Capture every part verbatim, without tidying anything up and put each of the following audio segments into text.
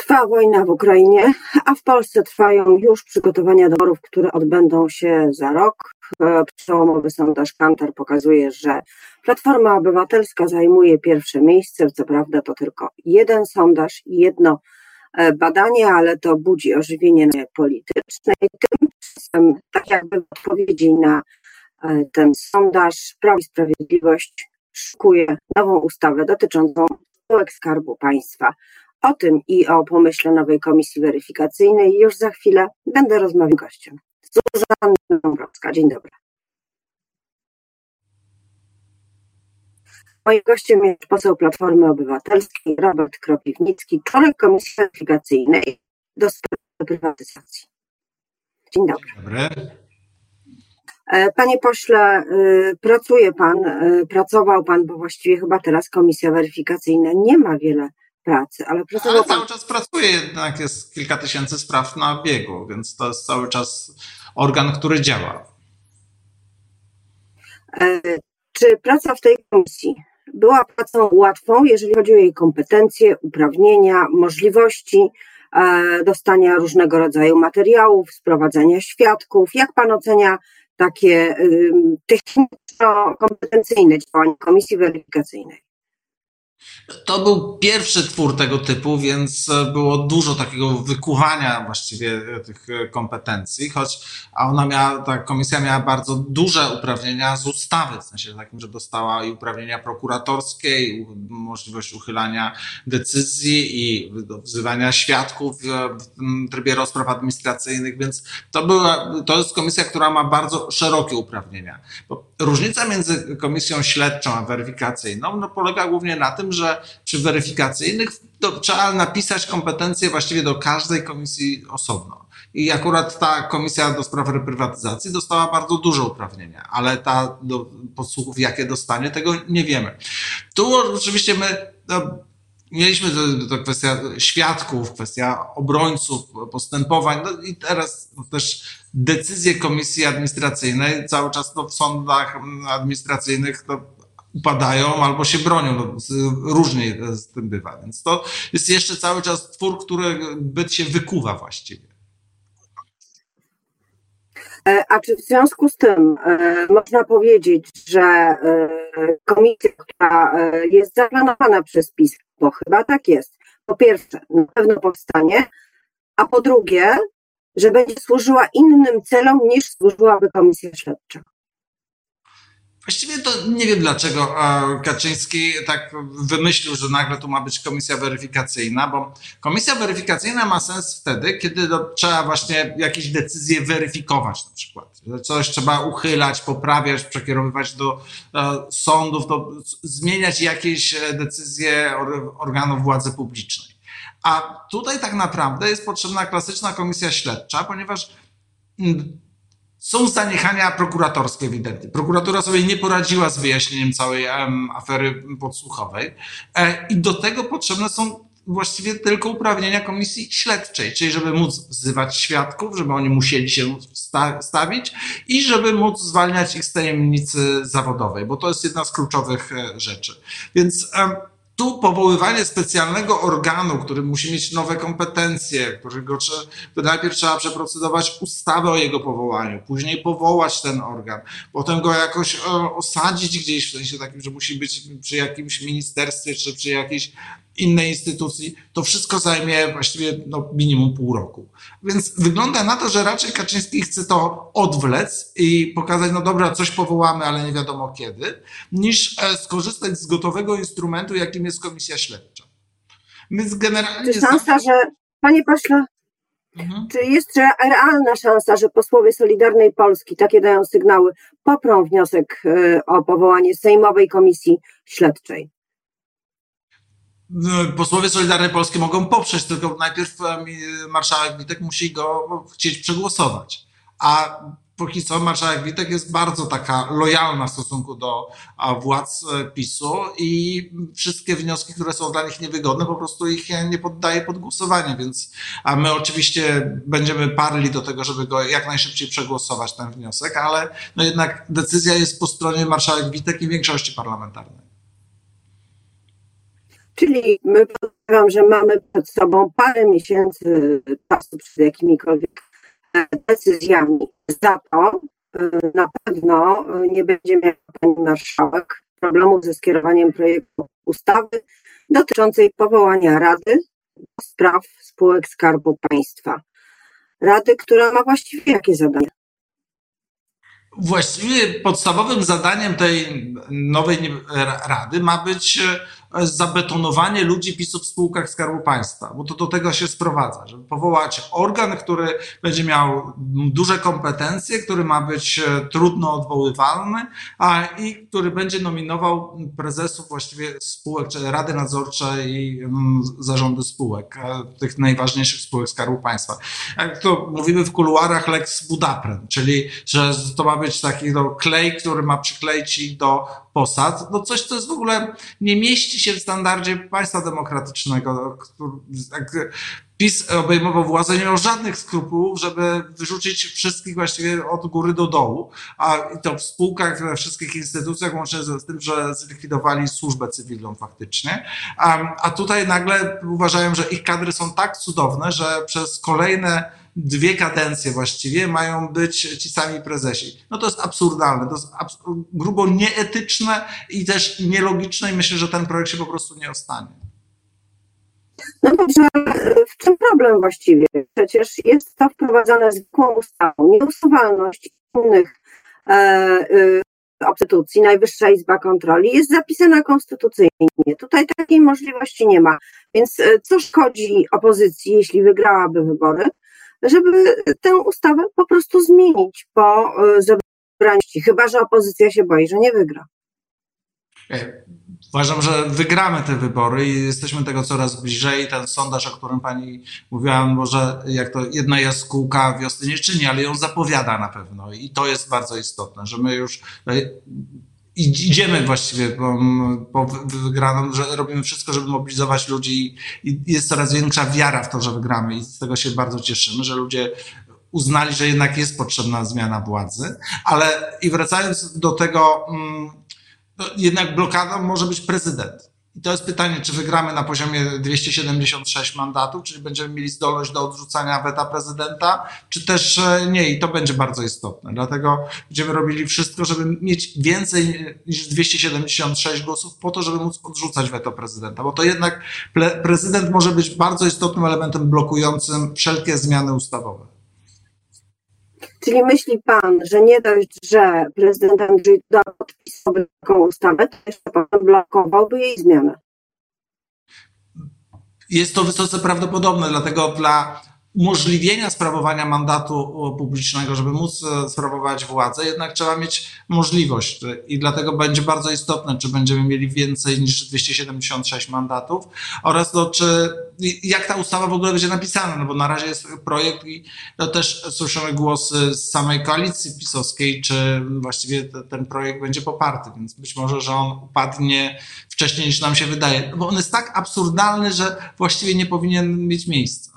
Trwa wojna w Ukrainie, a w Polsce trwają już przygotowania do wyborów, które odbędą się za rok. Przełomowy sondaż Kantar pokazuje, że Platforma Obywatelska zajmuje pierwsze miejsce. Co prawda to tylko jeden sondaż i jedno badanie, ale to budzi ożywienie polityczne. Tymczasem, tak jakby w odpowiedzi na ten sondaż, Prawo i Sprawiedliwość szykuje nową ustawę dotyczącą spółek Skarbu Państwa. O tym i o pomyśle nowej komisji weryfikacyjnej już za chwilę będę rozmawiał z gościem. Zuzanna Dąbrowska. Dzień dobry. Moim gościem jest poseł Platformy Obywatelskiej Robert Kropiwnicki, członek komisji weryfikacyjnej do spraw prywatyzacji. Dzień dobry. Dzień dobry. Panie pośle, pracuje pan, pracował pan, bo właściwie chyba teraz komisja weryfikacyjna nie ma wiele pracy, ale pracował ale pan... cały czas pracuje, jednak jest kilka tysięcy spraw na biegu, więc to jest cały czas organ, który działa. Czy praca w tej komisji była pracą łatwą, jeżeli chodzi o jej kompetencje, uprawnienia, możliwości dostania różnego rodzaju materiałów, sprowadzania świadków? Jak pan ocenia takie techniczno-kompetencyjne działania komisji weryfikacyjnej? To był pierwszy twór tego typu, więc było dużo takiego wykuwania właściwie tych kompetencji, choć ona miała, ta komisja miała bardzo duże uprawnienia z ustawy, w sensie takim, że dostała i uprawnienia prokuratorskie, i możliwość uchylania decyzji i wzywania świadków w trybie rozpraw administracyjnych, więc to była, to jest komisja, która ma bardzo szerokie uprawnienia. Bo różnica między komisją śledczą a weryfikacyjną no, polega głównie na tym, że przy weryfikacyjnych to trzeba napisać kompetencje właściwie do każdej komisji osobno. I akurat ta komisja do spraw reprywatyzacji dostała bardzo duże uprawnienia, ale ta do podsłuchów, jakie dostanie, tego nie wiemy. Tu oczywiście my no, mieliśmy to, to kwestia świadków, kwestia obrońców, postępowań, no i teraz też decyzje komisji administracyjnej cały czas no, w sądach administracyjnych to upadają albo się bronią, no, różnie z tym bywa, więc to jest jeszcze cały czas twór, który byt się wykuwa właściwie. A czy w związku z tym e, można powiedzieć, że e, komisja, która e, jest zaplanowana przez PiS, bo chyba tak jest, po pierwsze na pewno powstanie, a po drugie, że będzie służyła innym celom niż służyłaby komisja śledcza? Właściwie to nie wiem, dlaczego Kaczyński tak wymyślił, że nagle tu ma być komisja weryfikacyjna, bo komisja weryfikacyjna ma sens wtedy, kiedy to trzeba właśnie jakieś decyzje weryfikować na przykład. Że coś trzeba uchylać, poprawiać, przekierowywać do sądów, to zmieniać jakieś decyzje organów władzy publicznej. A tutaj tak naprawdę jest potrzebna klasyczna komisja śledcza, ponieważ są zaniechania prokuratorskie ewidentnie. Prokuratura sobie nie poradziła z wyjaśnieniem całej um, afery podsłuchowej e, i do tego potrzebne są właściwie tylko uprawnienia komisji śledczej, czyli żeby móc wzywać świadków, żeby oni musieli się sta- stawić i żeby móc zwalniać ich z tajemnicy zawodowej, bo to jest jedna z kluczowych e, rzeczy. Więc um, tu powoływanie specjalnego organu, który musi mieć nowe kompetencje, którego trzeba, najpierw trzeba przeprocedować ustawę o jego powołaniu, później powołać ten organ, potem go jakoś osadzić gdzieś, w sensie takim, że musi być przy jakimś ministerstwie czy przy jakiejś innej instytucji, to wszystko zajmie właściwie no, minimum pół roku. Więc wygląda na to, że raczej Kaczyński chce to odwlec i pokazać, no dobra, coś powołamy, ale nie wiadomo kiedy, niż skorzystać z gotowego instrumentu, jakim jest komisja śledcza. My generalnie... Czy szansa, że... Panie pośle, mhm. czy jest realna szansa, że posłowie Solidarnej Polski, takie dają sygnały, poprą wniosek o powołanie sejmowej komisji śledczej? Posłowie Solidarnej Polski mogą poprzeć, tylko najpierw marszałek Witek musi go chcieć przegłosować. A póki co marszałek Witek jest bardzo taka lojalna w stosunku do władz PiSu i wszystkie wnioski, które są dla nich niewygodne, po prostu ich nie poddaje pod głosowanie, więc a my oczywiście będziemy parli do tego, żeby go jak najszybciej przegłosować ten wniosek, ale no jednak decyzja jest po stronie marszałek Witek i większości parlamentarnej. Czyli my podejrzewam, że mamy przed sobą parę miesięcy czasu przed jakimikolwiek decyzjami. Za to na pewno nie będzie miała pani marszałek problemu ze skierowaniem projektu ustawy dotyczącej powołania Rady do spraw spółek Skarbu Państwa. Rady, która ma właściwie jakie zadania? Właściwie podstawowym zadaniem tej nowej rady ma być zabetonowanie ludzi PiSu w spółkach Skarbu Państwa, bo to do tego się sprowadza, żeby powołać organ, który będzie miał duże kompetencje, który ma być trudno odwoływalny, a i który będzie nominował prezesów właściwie spółek, czy rady nadzorcze i zarządy spółek, tych najważniejszych spółek Skarbu Państwa. Jak to mówimy w kuluarach, lex Budapest, czyli że to ma być taki no, klej, który ma przykleić ich do posad, no coś, co jest w ogóle nie mieści się w standardzie państwa demokratycznego. Jak PiS obejmował władzę, nie miał żadnych skrupułów, żeby wyrzucić wszystkich właściwie od góry do dołu, a i to w spółkach, we wszystkich instytucjach, łącznie z tym, że zlikwidowali służbę cywilną faktycznie, a, a tutaj nagle uważają, że ich kadry są tak cudowne, że przez kolejne dwie kadencje właściwie mają być ci sami prezesi. No to jest absurdalne, to jest abs- grubo nieetyczne i też nielogiczne i myślę, że ten projekt się po prostu nie ostanie. No dobrze, w czym problem właściwie? Przecież jest to wprowadzane zwykłą ustawą. Nieusuwalność innych e, e, konstytucji, Najwyższa Izba Kontroli jest zapisana konstytucyjnie. Tutaj takiej możliwości nie ma. Więc co szkodzi opozycji, jeśli wygrałaby wybory, żeby tę ustawę po prostu zmienić po zebraniu, chyba że opozycja się boi, że nie wygra. Uważam, że wygramy te wybory i jesteśmy tego coraz bliżej. Ten sondaż, o którym pani mówiła, może jak to jedna jaskółka wiosny nie czyni, ale ją zapowiada na pewno i to jest bardzo istotne, że my już idziemy właściwie po, po wygraną, że robimy wszystko, żeby mobilizować ludzi i jest coraz większa wiara w to, że wygramy i z tego się bardzo cieszymy, że ludzie uznali, że jednak jest potrzebna zmiana władzy, ale i wracając do tego, no jednak blokadą może być prezydent. I to jest pytanie, czy wygramy na poziomie dwieście siedemdziesiąt sześć mandatów, czyli będziemy mieli zdolność do odrzucania weta prezydenta, czy też nie. I to będzie bardzo istotne. Dlatego będziemy robili wszystko, żeby mieć więcej niż dwieście siedemdziesiąt sześć głosów po to, żeby móc odrzucać weto prezydenta. Bo to jednak prezydent może być bardzo istotnym elementem blokującym wszelkie zmiany ustawowe. Czyli myśli pan, że nie dość, że prezydent Andrzej Duda podpisałby taką ustawę, to jeszcze potem blokowałby jej zmianę? Jest to wysoce prawdopodobne, dlatego dla umożliwienia sprawowania mandatu publicznego, żeby móc sprawować władzę, jednak trzeba mieć możliwość i dlatego będzie bardzo istotne, czy będziemy mieli więcej niż dwieście siedemdziesiąt sześć mandatów oraz to, czy jak ta ustawa w ogóle będzie napisana, no bo na razie jest projekt i to też słyszymy głosy z samej koalicji pisowskiej, czy właściwie ten projekt będzie poparty, więc być może, że on upadnie wcześniej niż nam się wydaje, bo on jest tak absurdalny, że właściwie nie powinien mieć miejsca.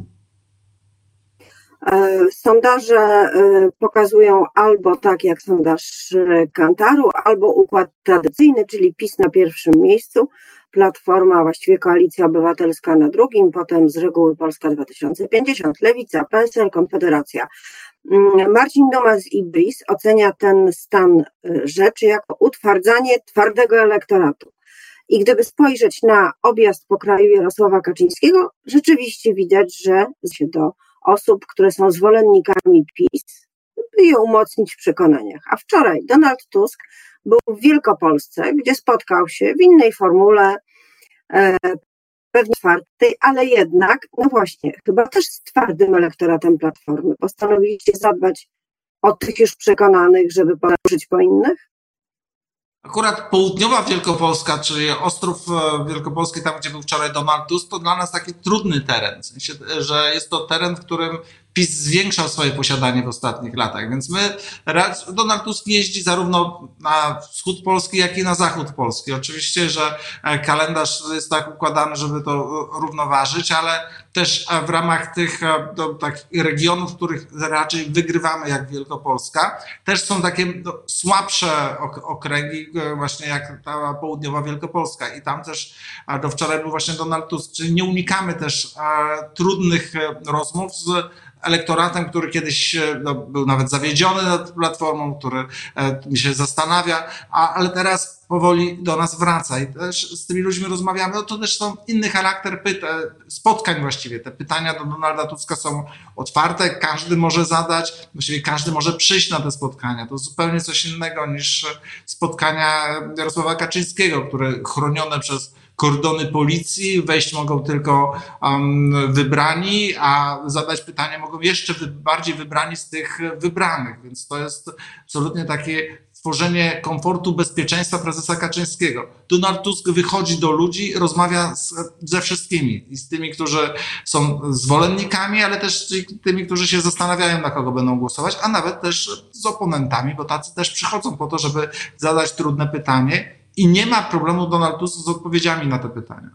Sondaże pokazują albo tak jak sondaż Kantaru, albo układ tradycyjny, czyli PiS na pierwszym miejscu, Platforma, właściwie Koalicja Obywatelska na drugim, potem z reguły Polska dwa tysiące pięćdziesiąt, Lewica, P S L, Konfederacja. Marcin Dumas i BRIS ocenia ten stan rzeczy jako utwardzanie twardego elektoratu. I gdyby spojrzeć na objazd po kraju Jarosława Kaczyńskiego, rzeczywiście widać, że się do osób, które są zwolennikami PiS, by je umocnić w przekonaniach. A wczoraj Donald Tusk był w Wielkopolsce, gdzie spotkał się w innej formule, e, pewnie twardej, ale jednak, no właśnie, chyba też z twardym elektoratem Platformy. Postanowiliście zadbać o tych już przekonanych, żeby położyć po innych? Akurat południowa Wielkopolska, czyli Ostrów Wielkopolski, tam gdzie był wczoraj Donald Tusk, to dla nas taki trudny teren. W sensie, że jest to teren, w którym PiS zwiększał swoje posiadanie w ostatnich latach, więc my, Donald Tusk jeździ zarówno na wschód Polski, jak i na zachód Polski. Oczywiście, że kalendarz jest tak układany, żeby to równoważyć, ale też w ramach tych do, takich regionów, w których raczej wygrywamy jak Wielkopolska, też są takie no, słabsze okręgi, właśnie jak ta południowa Wielkopolska i tam też do wczoraj był właśnie Donald Tusk, czyli nie unikamy też trudnych rozmów z elektoratem, który kiedyś no, był nawet zawiedziony nad Platformą, który e, się zastanawia, a, ale teraz powoli do nas wraca i też z tymi ludźmi rozmawiamy. No to też są inny charakter pytań, spotkań właściwie. Te pytania do Donalda Tuska są otwarte, każdy może zadać, właściwie każdy może przyjść na te spotkania. To zupełnie coś innego niż spotkania Jarosława Kaczyńskiego, które chronione przez kordony policji, wejść mogą tylko um, wybrani, a zadać pytanie mogą jeszcze wy, bardziej wybrani z tych wybranych, więc to jest absolutnie takie tworzenie komfortu, bezpieczeństwa prezesa Kaczyńskiego. Donald Tusk wychodzi do ludzi, rozmawia z, ze wszystkimi i z tymi, którzy są zwolennikami, ale też z tymi, którzy się zastanawiają, na kogo będą głosować, a nawet też z oponentami, bo tacy też przychodzą po to, żeby zadać trudne pytanie. I nie ma problemu Donald Tusk z odpowiedziami na te pytania.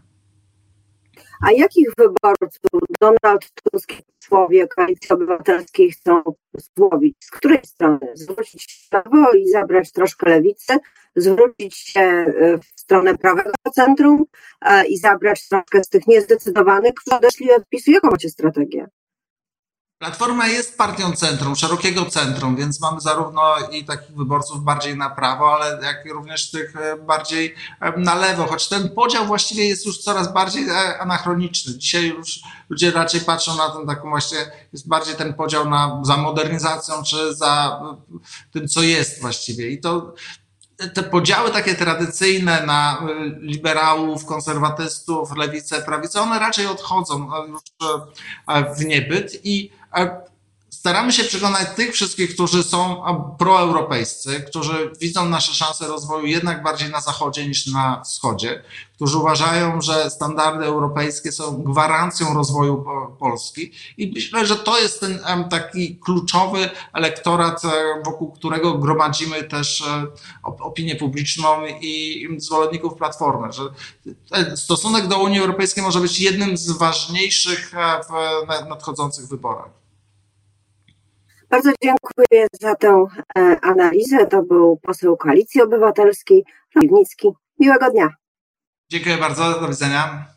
A jakich wyborców Donald Tusk i posłowie Koalicji Obywatelskiej chcą złowić? Z której strony? Zwrócić się w prawo i zabrać troszkę lewicy, zwrócić się w stronę prawego centrum i zabrać troszkę z tych niezdecydowanych, którzy odeszli od PiSu. Jaką macie strategię? Platforma jest partią centrum, szerokiego centrum, więc mamy zarówno i takich wyborców bardziej na prawo, ale jak i również tych bardziej na lewo, choć ten podział właściwie jest już coraz bardziej anachroniczny. Dzisiaj już ludzie raczej patrzą na ten taką właśnie, jest bardziej ten podział na, za modernizacją czy za tym, co jest właściwie. I to te podziały takie tradycyjne na liberałów, konserwatystów, lewicę, prawicę, one raczej odchodzą już w niebyt i staramy się przekonać tych wszystkich, którzy są proeuropejscy, którzy widzą nasze szanse rozwoju jednak bardziej na zachodzie niż na wschodzie, którzy uważają, że standardy europejskie są gwarancją rozwoju Polski i myślę, że to jest ten taki kluczowy elektorat, wokół którego gromadzimy też opinię publiczną i zwolenników Platformy, że stosunek do Unii Europejskiej może być jednym z ważniejszych w nadchodzących wyborach. Bardzo dziękuję za tę analizę. To był poseł Koalicji Obywatelskiej, Piwnicki. Miłego dnia. Dziękuję bardzo. Do widzenia.